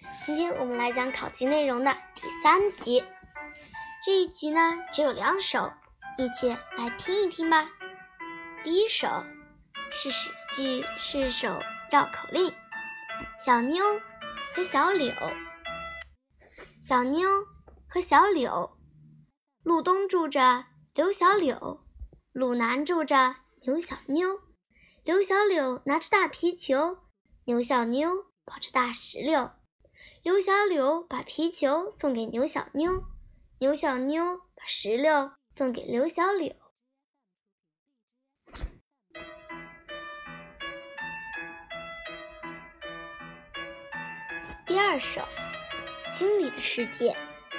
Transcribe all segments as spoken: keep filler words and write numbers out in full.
今天我们来讲考级内容的第三集。这一集呢只有两首，一起来听一听吧。第一首是史句是首绕口令，小妞和小柳。小妞和小柳，路东住着刘小柳，路南住着牛小妞。刘小柳拿着大皮球，牛小妞抱着大石榴。刘小柳把皮球送给牛小妞，牛小妞把石榴送给刘小柳。第二首，心里的世界。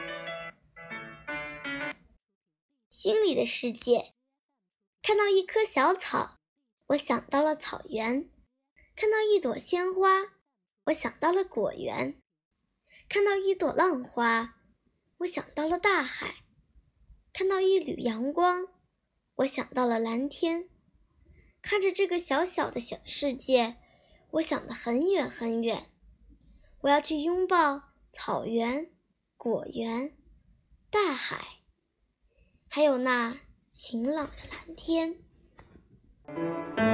心里的世界，看到一棵小草，我想到了草原；看到一朵鲜花，我想到了果园；看到一朵浪花，我想到了大海；看到一缕阳光，我想到了蓝天。看着这个小小的小世界，我想得很远很远。我要去拥抱草原、果园、大海，还有那晴朗的蓝天。